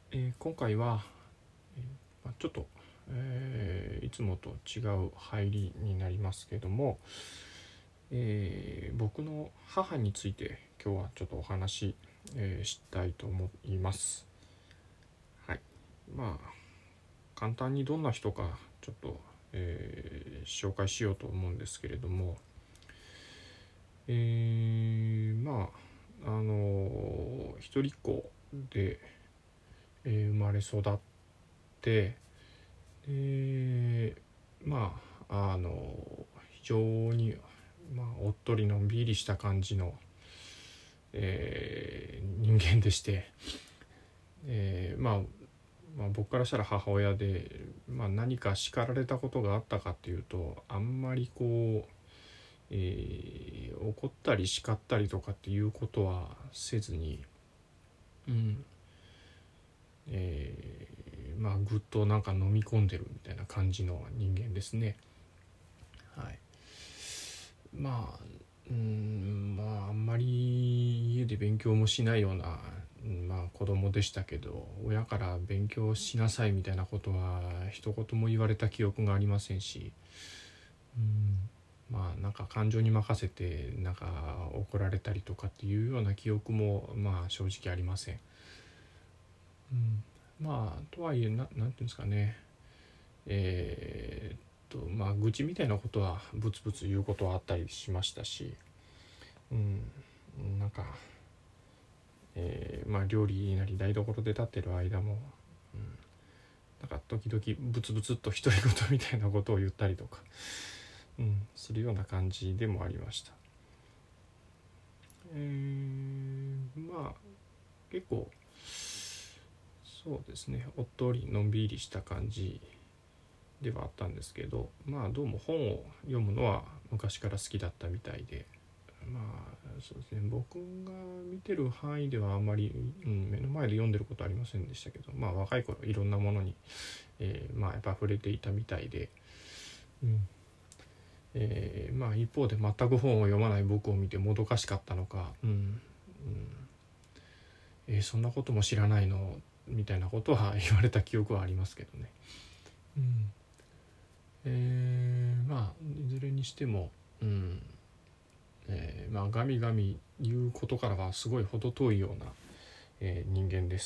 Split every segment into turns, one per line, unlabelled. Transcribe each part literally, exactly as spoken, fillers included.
えー今回は、えーまあ、ちょっと、えーいつもと違う入りになりますけども、えー僕の母について今日はちょっとお話、えーしたいと思います。はい。まあ簡単にどんな人かちょっと、えー紹介しようと思うんですけれども、えーまああの一人っ子で、えー生まれ育って、でまああの非常に、まあ、おっとりのんびりした感じの、えー人間でして、えーまあ、まあ僕からしたら母親で、まあ、何か叱られたことがあったかっていうと、あんまりこう、えー怒ったり叱ったりとかっていうことはせずに、うんえーまあぐっとなんか飲み込んでるみたいな感じの人間ですね。はい。まあうんまああんまり家で勉強もしないような、うんまあ、子供でしたけど、親から勉強しなさいみたいなことは一言も言われた記憶がありませんし、うんまあなんか感情に任せてなんか怒られたりとかっていうような記憶もまあ正直ありません。うん、まあとはいえな、なんていうんですかね、えーっとまあ愚痴みたいなことはブツブツ言うことはあったりしましたし、うん、なんか、えーまあ、料理なり台所で立ってる間も、うん、なんか時々ブツブツっと独り言みたいなことを言ったりとか、うん、するような感じでもありました。えー、まあ結構そうですね、おっとりのんびりした感じではあったんですけど、まあどうも本を読むのは昔から好きだったみたいで、まあそうですね、僕が見てる範囲ではあんまり、うん、目の前で読んでることありませんでしたけど、まあ若い頃いろんなものに、えーまあやっぱ触れていたみたいで、うんえーまあ一方で全く本を読まない僕を見てもどかしかったのか、うんうんえーそんなことも知らないのみたいなことは言われた記憶はありますけどね。うんえー、まあいずれにしても、うんえー、まあガミガミ言うことからはすごい程遠いような、えー人間です。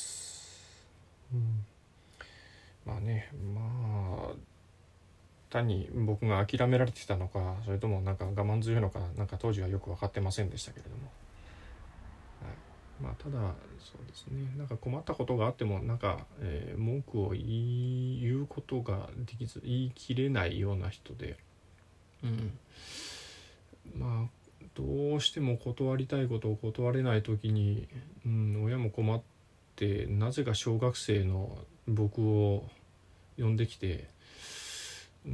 うん、まあね、まあ単に僕が諦められてたのか、それともなんか我慢強いのか、なんか当時はよく分かってませんでしたけれども、はい、まあただそうですね、なんか困ったことがあってもなんか、えー文句を言い言うことができず言い切れないような人で、うん、まあどうしても断りたいことを断れない時に、うん、親も困ってなぜか小学生の僕を呼んできて、うん、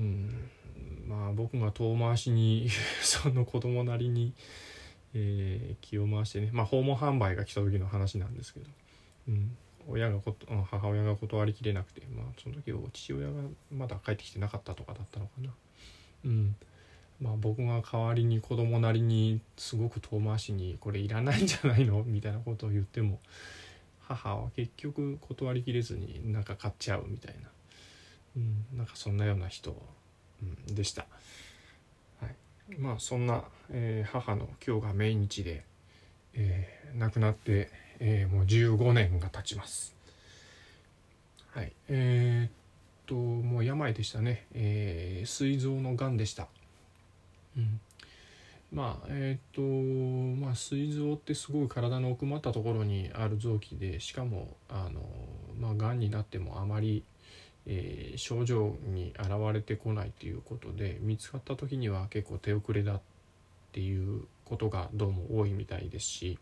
まあ僕が遠回しにその子供なりに、えー気を回してね、まあ訪問販売が来た時の話なんですけど、うん、親がこと母親が断りきれなくて、まあその時父親がまだ帰ってきてなかったとかだったのかな。うんまあ、僕が代わりに子供なりにすごく遠回しにこれいらないんじゃないのみたいなことを言っても、母は結局断りきれずになんか買っちゃうみたいな、うん、なんかそんなような人、うん、でした。はい、まあそんな、えー母の今日が命日で、えー亡くなって、えーもうじゅうごねんが経ちます。はい、えーっともう病でしたね、えー、膵臓のがんでした。うんまあえっ、とまあ膵臓ってすごい体の奥まったところにある臓器で、しかもあのまあがんになってもあまり、えー症状に現れてこないということで、見つかった時には結構手遅れだっていうことがどうも多いみたいですし、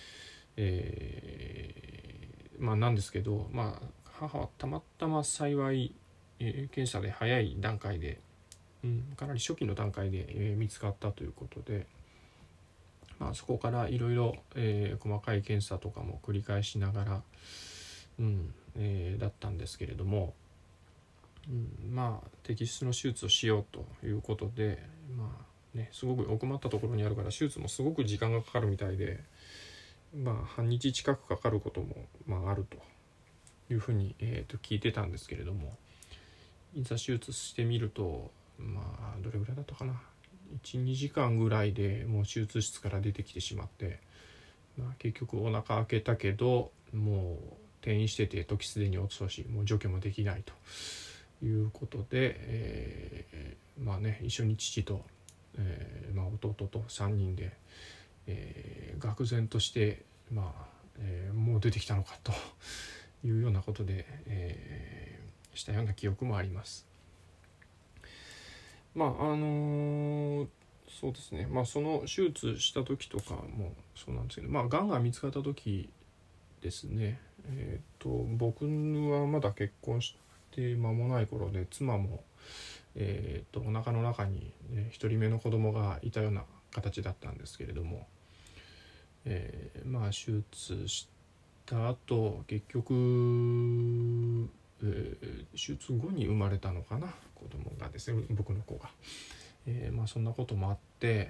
えーまあなんですけど、まあ母はたまたま幸い、えー検査で早い段階で、うん、かなり初期の段階で、えー見つかったということで、まあ、そこからいろいろ細かい検査とかも繰り返しながら、うんえーだったんですけれども、うん、まあ摘出の手術をしようということで、まあね、すごく奥まったところにあるから手術もすごく時間がかかるみたいで、まあ半日近くかかることも、まあ、あると。 いうふうに、えー、と聞いてたんですけれども、いざ手術してみると、まあどれぐらいだったかな、いち、にじかんぐらいでもう手術室から出てきてしまって、まあ、結局お腹開けたけどもう転院してて時すでに遅し、もう除去もできないということで、えー、まあね一緒に父と、えーまあ、弟とさんにんで、えー、愕然として、まあえー、もう出てきたのかというようなことで、えー、したような記憶もあります。まああのー、そうですね、まあその手術した時とかもそうなんですけど、まあがんが見つかった時ですね、えー、と僕はまだ結婚して間もない頃で、妻も、えー、とお腹の中に、ね、ひとりめの子供がいたような形だったんですけれども、えー、まあ手術した後結局、えー、手術後に生まれたのかな、子供がですね、僕の子が。えーまあ、そんなこともあって、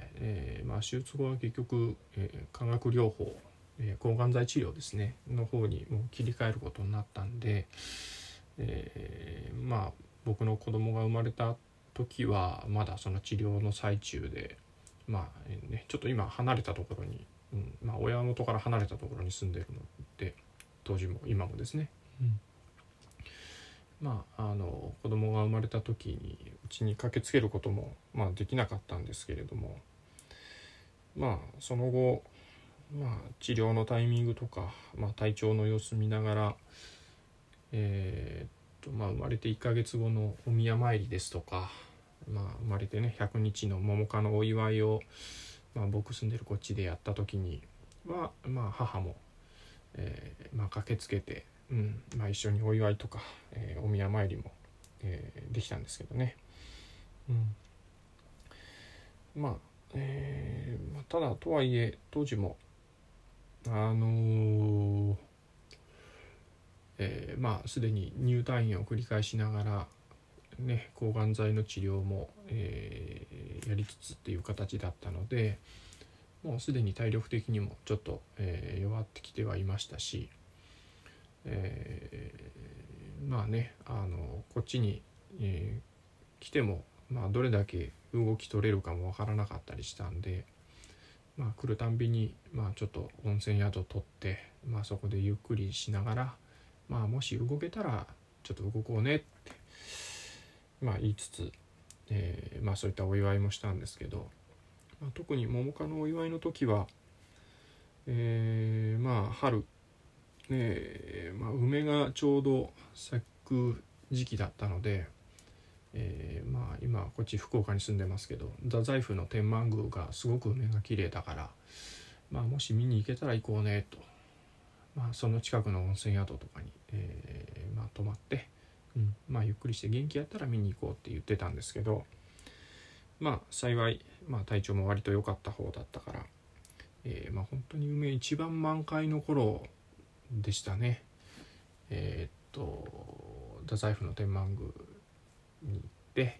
えーまあ、手術後は結局、えー、化学療法、えー、抗がん剤治療ですねの方にもう切り替えることになったんで、えー、まあ僕の子供が生まれた時はまだその治療の最中で、まあえーね、ちょっと今離れたところに、うんまあ、親元から離れたところに住んでるので、当時も今もですね、うんまあ、あの子供が生まれた時にうちに駆けつけることも、まあ、できなかったんですけれども、まあその後、まあ、治療のタイミングとか、まあ、体調の様子見ながら、えーっとまあ、生まれていっかげつごのお宮参りですとか、まあ、生まれてねひゃくにちの桃花のお祝いを、まあ、僕住んでるこっちでやった時には、まあ、母も、えーまあ、駆けつけて、うんまあ、一緒にお祝いとか、えー、お宮参りも、えー、できたんですけどね、うん、まあ、えーまあ、ただとはいえ当時もあのーえー、まあすでに入退院を繰り返しながらね抗がん剤の治療も、えー、やりつつっていう形だったので、もうすでに体力的にもちょっと、えー、弱ってきてはいましたし、えー、まあねあのこっちに、えー、来ても、まあ、どれだけ動き取れるかもわからなかったりしたんで、まあ、来るたんびに、まあ、ちょっと温泉宿取って、まあ、そこでゆっくりしながら、まあ、もし動けたらちょっと動こうねって、まあ、言いつつ、えーまあ、そういったお祝いもしたんですけど、まあ、特に桃花のお祝いの時は、えー、まあ春、えーまあ、梅がちょうど咲く時期だったので、えー、まあ今こっち福岡に住んでますけど、太宰府の天満宮がすごく梅が綺麗だから、まあ、もし見に行けたら行こうねと、まあ、その近くの温泉宿とかに、えーまあ、泊まって、うんまあ、ゆっくりして元気やったら見に行こうって言ってたんですけど、まあ幸い、まあ、体調も割と良かった方だったから、えーまあ、本当に梅一番満開の頃でしたね。えー、っと太宰府の天満宮に行って、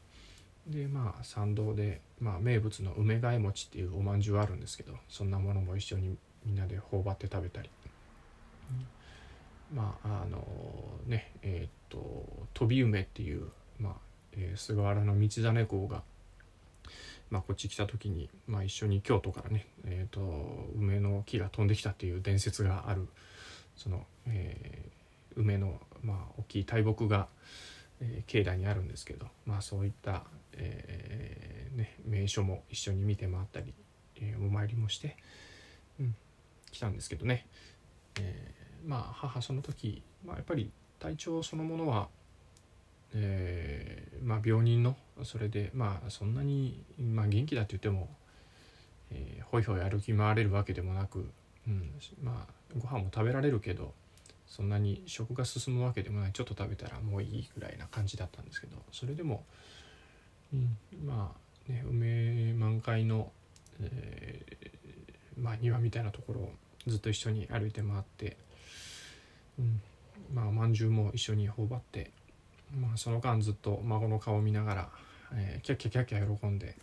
でまあ参道で、まあ、名物の梅替え餅っていうおまんじゅうあるんですけど、そんなものも一緒にみんなで頬張って食べたり、うん、まああのねえー、っと飛び梅っていう、まあえー、菅原道真公が、まあ、こっち来た時に、まあ、一緒に京都からね、えー、と梅の木が飛んできたっていう伝説がある、その、えー、梅の、まあ、大きい大木が、えー、境内にあるんですけど、まあ、そういった、えーね、名所も一緒に見て回ったり、えー、お参りもして、うん、来たんですけどね、えー、まあ母その時、まあ、やっぱり体調そのものは、えーまあ、病人のそれで、まあそんなに、まあ、元気だって言っても、えー、ほいほい歩き回れるわけでもなく、うん、まあご飯も食べられるけどそんなに食が進むわけでもない、ちょっと食べたらもういいぐらいな感じだったんですけど、それでも、うん、まあね梅満開の、えーまあ、庭みたいなところをずっと一緒に歩いて回って、うん、まあまんじゅうも一緒に頬張って、まあ、その間ずっと孫の顔を見ながら、えー、キャッキャキャッキャ喜んで、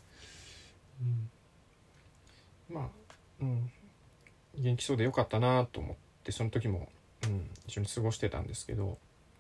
うん、まあ、うん、元気そうでよかったなと思って、その時も、うん、 一緒に過ごしてたんですけど、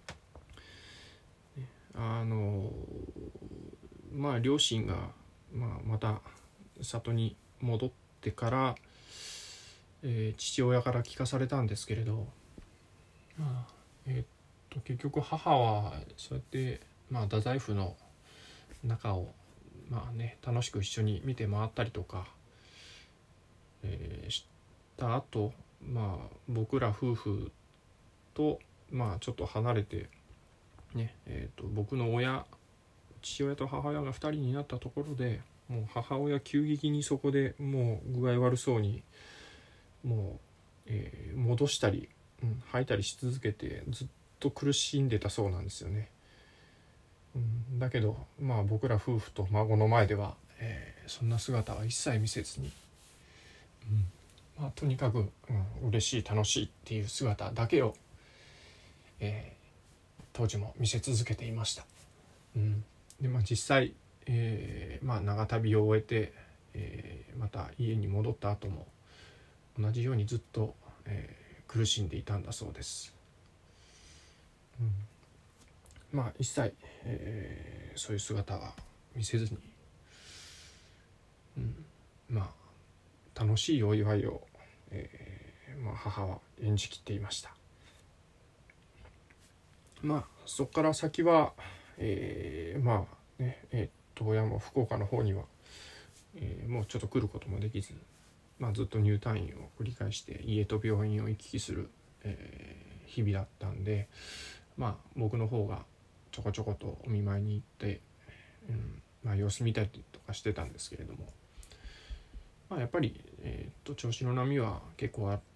あのまあ両親が、まあ、また里に戻ってから、えー、父親から聞かされたんですけれど、まあえー、っと結局母はそうやって、まあ、太宰府の中をまあね楽しく一緒に見て回ったりとか、えー、した後、まあ僕ら夫婦とまあちょっと離れてねえー、と僕の親父親と母親がふたりになったところで、もう母親急激にそこでもう具合悪そうにもう、えー、戻したり、うん、吐いたりし続けてずっと苦しんでたそうなんですよね。うん、だけどまあ僕ら夫婦と孫の前では、えー、そんな姿は一切見せずに、うんまあ、とにかく、うん、嬉しい楽しいっていう姿だけを、えー、当時も見せ続けていました。うんでまあ、実際、えーまあ、長旅を終えて、えー、また家に戻った後も同じようにずっと、えー、苦しんでいたんだそうです。うん、まあ一切、えー、そういう姿は見せずに、うん、まあ楽しいお祝いを、えーまあ、母は演じきっていました。まあそこから先は、えー、まあねえー、っと親も福岡の方には、えー、もうちょっと来ることもできず、まあ、ずっと入退院を繰り返して家と病院を行き来する、えー、日々だったんで、まあ僕の方がちょこちょことお見舞いに行って、うんまあ、様子見たりとかしてたんですけれども、まあ、やっぱり、えー、っと調子の波は結構あって、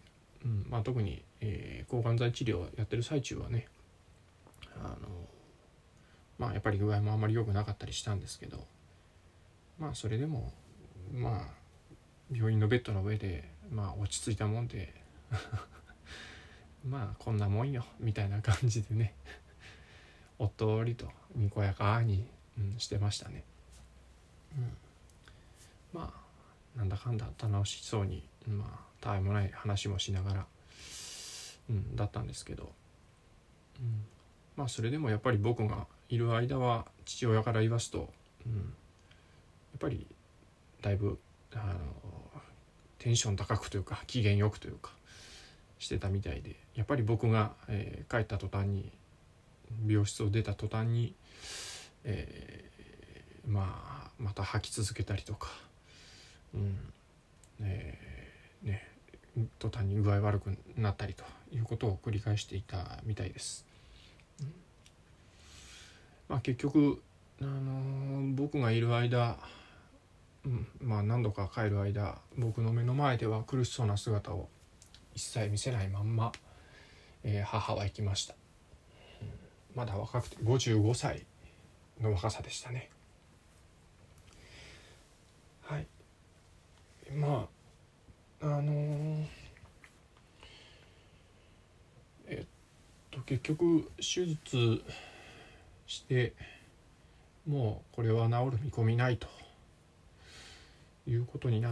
うんまあ、特に、えー、抗がん剤治療をやってる最中はねあのまあやっぱり具合もあまり良くなかったりしたんですけど、まあそれでもまあ病院のベッドの上でまあ落ち着いたもんでまあこんなもんよみたいな感じでねおっとりとにこやかに、うん、してましたね。うん、まあなんだかんだ楽しそうにまあたわいもない話もしながら、うん、だったんですけど、うん、まあそれでもやっぱり僕がいる間は父親から言わすと、うん、やっぱりだいぶあのテンション高くというか機嫌よくというかしてたみたいで、やっぱり僕が、えー、帰った途端に病室を出た途端に、えー、まあまた吐き続けたりとか、うんえー、ね途端に具合悪くなったりということを繰り返していたみたいです。うん、まあ結局、あのー、僕がいる間、うん、まあ何度か帰る間僕の目の前では苦しそうな姿を一切見せないまんま、えー、母は行きました。うん、まだ若くてごじゅうごさいの若さでしたね。はい。まああのー、えっと結局手術してもうこれは治る見込みないということになって、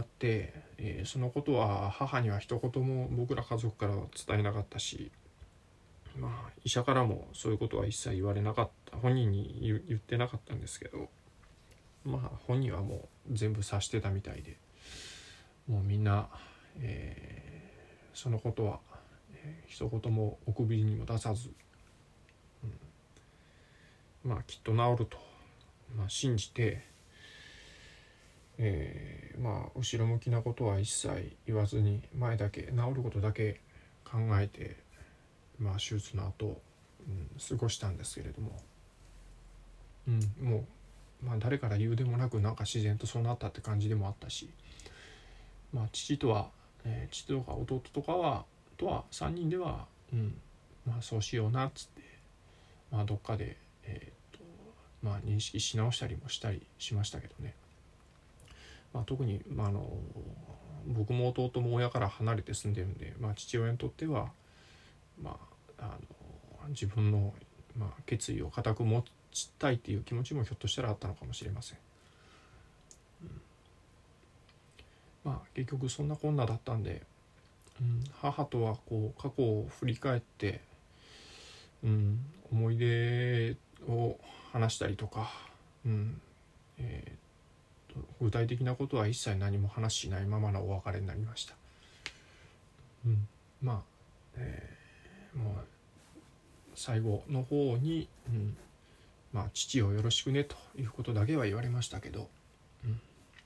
えー、そのことは母には一言も僕ら家族からは伝えなかったし、まあ医者からもそういうことは一切言われなかった、本人に 言, 言ってなかったんですけど、まあ本人はもう全部察してたみたいで、もうみんな、えー、そのことは、えー、一言もお首にも出さず、うん、まあきっと治ると、まあ、信じて、えー、まあ後ろ向きなことは一切言わずに前だけ治ることだけ考えて、まあ手術の後、うん、過ごしたんですけれども、うん、もう、まあ、誰から言うでもなくなんか自然とそうなったって感じでもあったし、まあ父とは、えー、父とか弟とかはとはさんにんでは、うんまあ、そうしようなっつって、まあ、どっかで、えーっとまあ、認識し直したりもしたりしましたけどね。まあ、特に、まあ、あの僕も弟も親から離れて住んでるんで、まあ、父親にとっては、まあ、あの自分の、まあ、決意を固く持ちたいっていう気持ちもひょっとしたらあったのかもしれません。うん、まあ結局そんなこんなだったんで、 うん、母とはこう過去を振り返って、うん、思い出を話したりとか、うんえー、と具体的なことは一切何も話しないままのお別れになりました。うん、まあ、えー、もう最後の方に、うんまあ、父をよろしくねということだけは言われましたけど、うん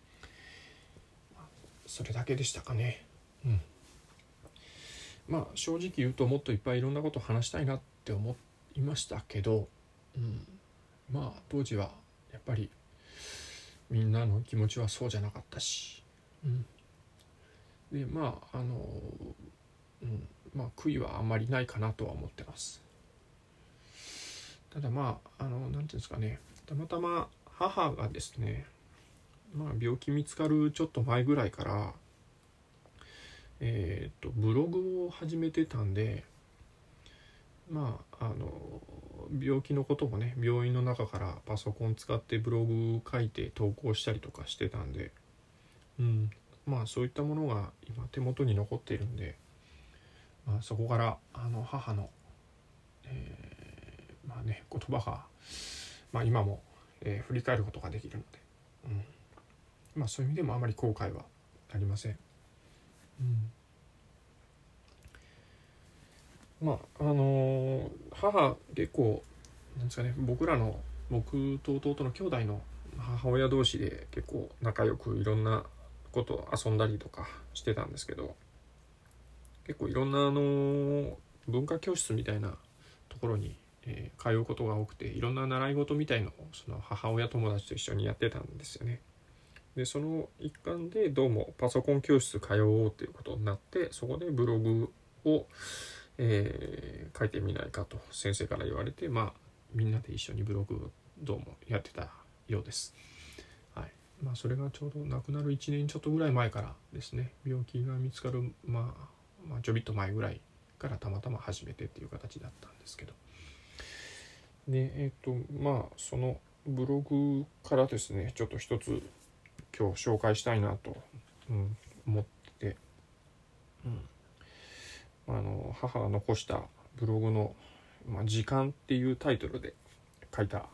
それだけでしたかね。うんまあ正直言うともっといっぱいいろんなことを話したいなって思いましたけど、うん、まあ当時はやっぱりみんなの気持ちはそうじゃなかったし、うん、でまああの、うんまあ、悔いはあんまりないかなとは思ってます。ただまああのなんていうんですかね、たまたま母がですね、まあ、病気見つかるちょっと前ぐらいからえー、とブログを始めてたんで、まああの病気のこともね病院の中からパソコン使ってブログ書いて投稿したりとかしてたんで、うん、まあそういったものが今手元に残っているんで、まあ、そこからあの母の、えー、まあね言葉が、まあ、今も、えー振り返ることができるので、うん、まあそういう意味でもあまり後悔はありません。うんまああのー母結構なんですかね、僕らの僕と弟の兄弟の母親同士で結構仲良くいろんなことを遊んだりとかしてたんですけど、結構いろんなあの文化教室みたいなところに、えー通うことが多くて、いろんな習い事みたいのをその母親友達と一緒にやってたんですよね。でその一環でどうもパソコン教室通おうということになって、そこでブログを、えー書いてみないかと先生から言われて、まあみんなで一緒にブログをどうもやってたようです。はいまあ、それがちょうど亡くなるいちねんちょっとぐらい前からですね、病気が見つかる、まあ、まあちょびっと前ぐらいからたまたま始めてっていう形だったんですけど、でえっ、ー、とまあそのブログからですね、ちょっと一つ今日紹介したいなと、うん、思って、うん、あの母が残したブログの、まあ、時間っていうタイトルで書いた、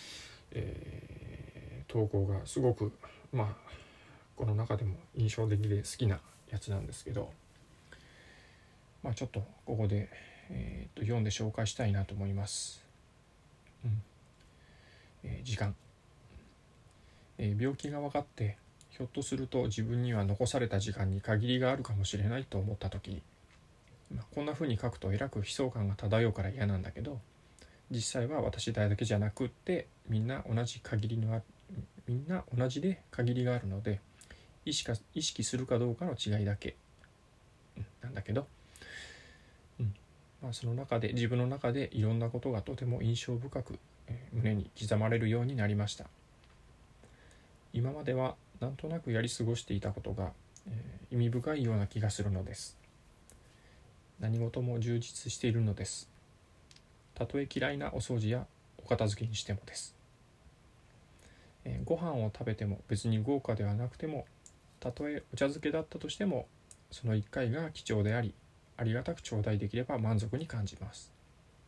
えー、投稿がすごくまあこの中でも印象的で好きなやつなんですけど、まあちょっとここで、えー、と読んで紹介したいなと思います。うんえー、時間、えー、病気が分かってひょっとすると自分には残された時間に限りがあるかもしれないと思った時に、まあ、こんな風に書くとえらく悲壮感が漂うから嫌なんだけど、実際は私だけじゃなくってみんな同じ限りのあみんな同じで限りがあるので、意識か意識するかどうかの違いだけ、うん、なんだけど、うんまあ、その中で自分の中でいろんなことがとても印象深く、えー胸に刻まれるようになりました。今まではなんとなくやり過ごしていたことが、えー意味深いような気がするのです。何事も充実しているのです。たとえ嫌いなお掃除やお片付けにしてもです。えーご飯を食べても別に豪華ではなくても、たとえお茶漬けだったとしても、そのいっかいが貴重であり、ありがたく頂戴できれば満足に感じます。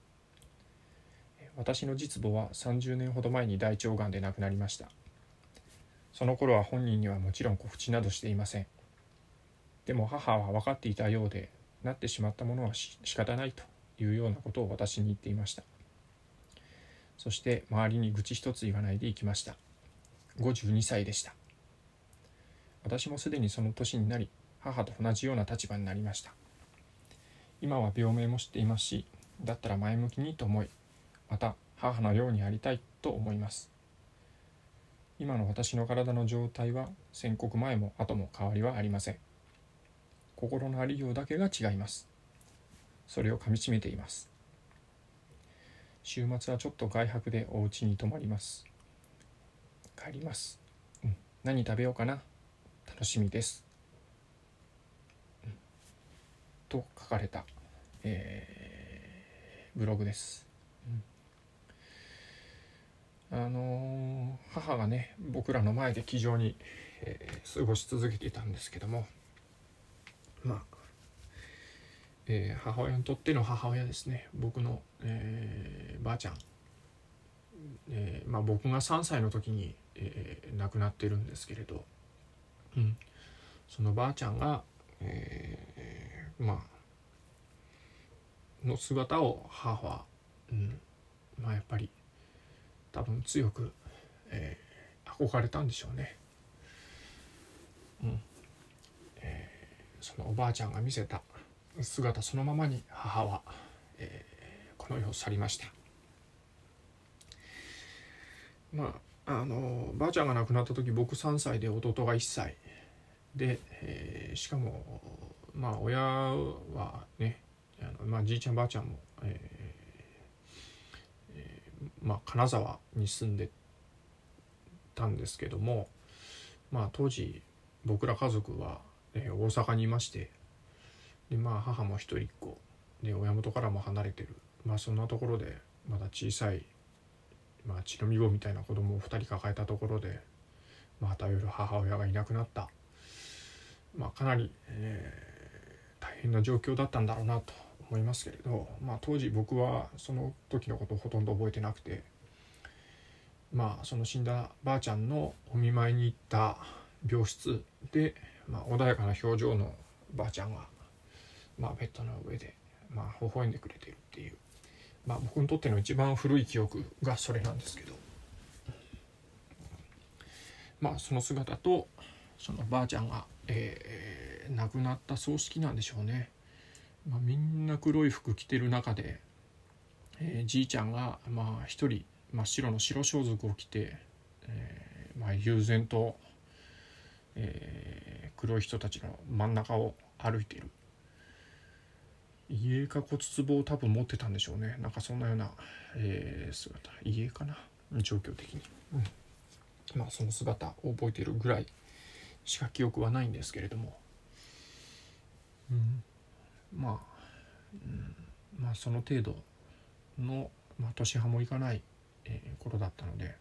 私の実母はさんじゅうねんほど前に大腸がんで亡くなりました。その頃は本人にはもちろん告知などしていません。でも母は分かっていたようで、なってしまったものはし仕方ないというようなことを私に言っていました。そして周りに愚痴一つ言わないで行きました。ごじゅうにさいでした。私もすでにその年になり、母と同じような立場になりました。今は病名も知っていますし、だったら前向きにと思い、また母のようにありたいと思います。今の私の体の状態は宣告前も後も変わりはありません。心のありようだけが違います。それをかみしめています。週末はちょっと外泊でお家に泊まります。帰ります。うん、何食べようかな。楽しみです。うん、と書かれた、えー、ブログです。うん、あのー、母がね、僕らの前で気丈に、えー、過ごし続けていたんですけども、まあえー、母親にとっての母親ですね。僕の、えー、ばあちゃん、えーまあ、僕がさんさいの時に、えー、亡くなってるんですけれど、うん、そのばあちゃんが、えー、まあの姿を母は、うんまあ、やっぱり多分強く、えー、憧れたんでしょうね。うんえー、そのおばあちゃんが見せた姿そのままに母は、えー、この世を去りました。まああのばあちゃんが亡くなった時僕さんさいで弟がいっさいで、えー、しかもまあ親はねあの、まあ、じいちゃんばあちゃんも、えーえーまあ、金沢に住んでたんですけども、まあ、当時僕ら家族は、えー、大阪にいまして、で、まあ、母も一人っ子で親元からも離れてる、まあ、そんなところでまだ小さい、まあ、血のみ子みたいな子供をふたり抱えたところで、まあ、頼る母親がいなくなった、まあ、かなり、えー、大変な状況だったんだろうなと思いますけれど、まあ、当時僕はその時のことをほとんど覚えてなくて、まあ、その死んだばあちゃんのお見舞いに行った病室で、まあ、穏やかな表情のばあちゃんが、まあ、ベッドの上で、まあ、微笑んでくれているっていう、まあ、僕にとっての一番古い記憶がそれなんですけど、まあ、その姿とそのばあちゃんが、えー、亡くなった葬式なんでしょうね。まあ、みんな黒い服着てる中で、えー、じいちゃんがまあ一人真っ白の白装束を着て、えーまあ、悠然と、えー、黒い人たちの真ん中を歩いている。家か骨壺を多分持ってたんでしょうね。なんかそんなような、えー、姿、家かな、状況的に、うん、まあその姿を覚えているぐらいしか記憶はないんですけれども、うん、まあ、うん、まあその程度の、まあ、年派もいかない、えー、頃だったので、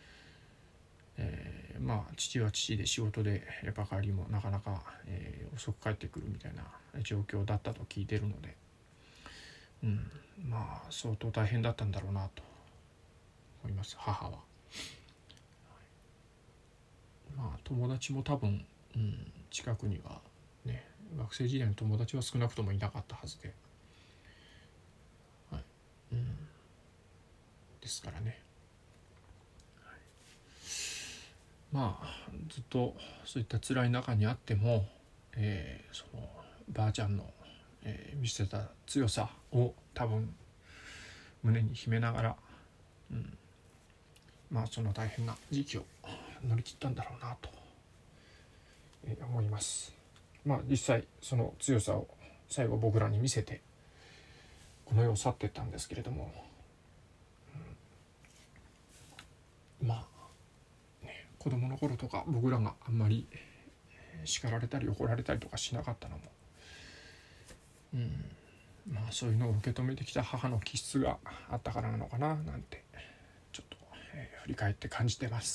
えー、まあ父は父で仕事でやっぱ帰りもなかなか、えー、遅く帰ってくるみたいな状況だったと聞いてるので、うん、まあ相当大変だったんだろうなと思います、母は。まあ友達も多分、うん、近くにはね、学生時代の友達は少なくともいなかったはずで、はい、うん、ですからね、はい、まあずっとそういった辛い中にあっても、えー、そのばあちゃんの、えー、見せた強さを多分胸に秘めながら、うん、まあその大変な時期を乗り切ったんだろうなと、えー、思います。まあ実際その強さを最後僕らに見せてこの世を去っていったんですけれども、うん、まあ、ね、子供の頃とか僕らがあんまり叱られたり怒られたりとかしなかったのも、うん、まあそういうのを受け止めてきた母の気質があったからなのかななんてちょっと、えー、振り返って感じてます。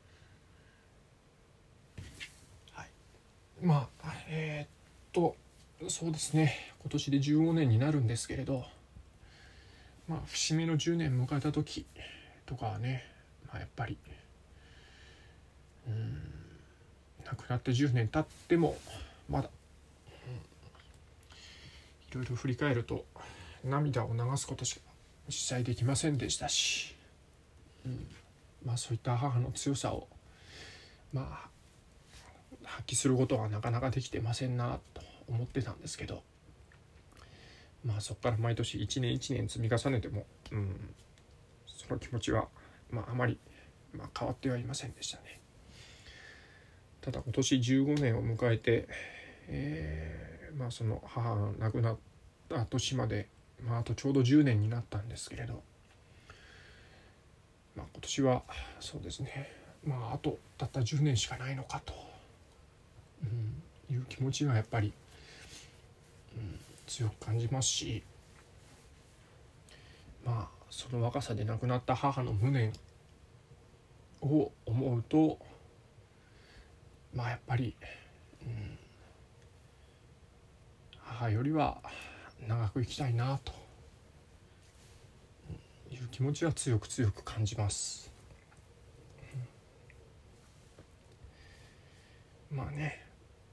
はい、まあえー、っとそうですね、今年でじゅうごねんになるんですけれど、まあ節目のじゅうねん迎えた時とかはね、まあ、やっぱりうん亡くなってじゅうねん経ってもまだ、うん、いろいろ振り返ると涙を流すことしか実際できませんでしたし、うん、まあそういった母の強さをまあ発揮することはなかなかできてませんなと思ってたんですけど、まあそこから毎年一年一年積み重ねても、うん、その気持ちは、まあ、あまり、まあ、変わってはいませんでしたね。ただ今年じゅうごねんを迎えて、えーまあ、その母が亡くなった年まで、まあ、あとちょうどじゅうねんになったんですけれど、まあ、今年はそうですね、まああとたったじゅうねんしかないのかと、うん、いう気持ちがやっぱり、うん、強く感じますし、まあその若さで亡くなった母の無念を思うと、まあやっぱり、うん、母よりは長く生きたいなという気持ちは強く強く感じます。まあね、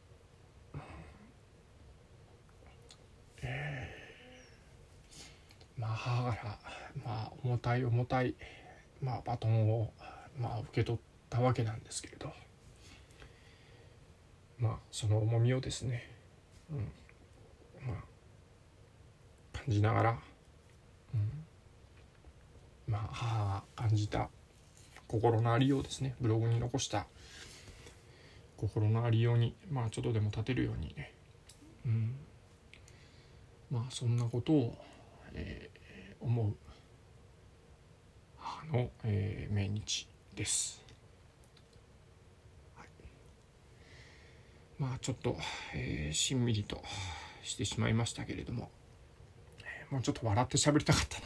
えー、まあ母から、まあ、重たい重たい、まあ、バトンを、まあ、受け取ったわけなんですけれど、まあその重みをですね、うんまあ、感じながら、うん、まあ母が感じた心のありようですね、ブログに残した心のありように、まあちょっとでも立てるようにね、うん、まあそんなことを、えー、思う母の、えー、命日です。はい、まあちょっと、えー、しんみりとしてしまいましたけれども、もうちょっと笑って喋りたかったな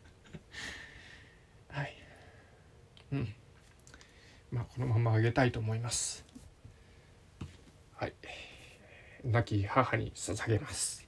はい、うん、まあこのままあげたいと思います。はい、亡き母に捧げます。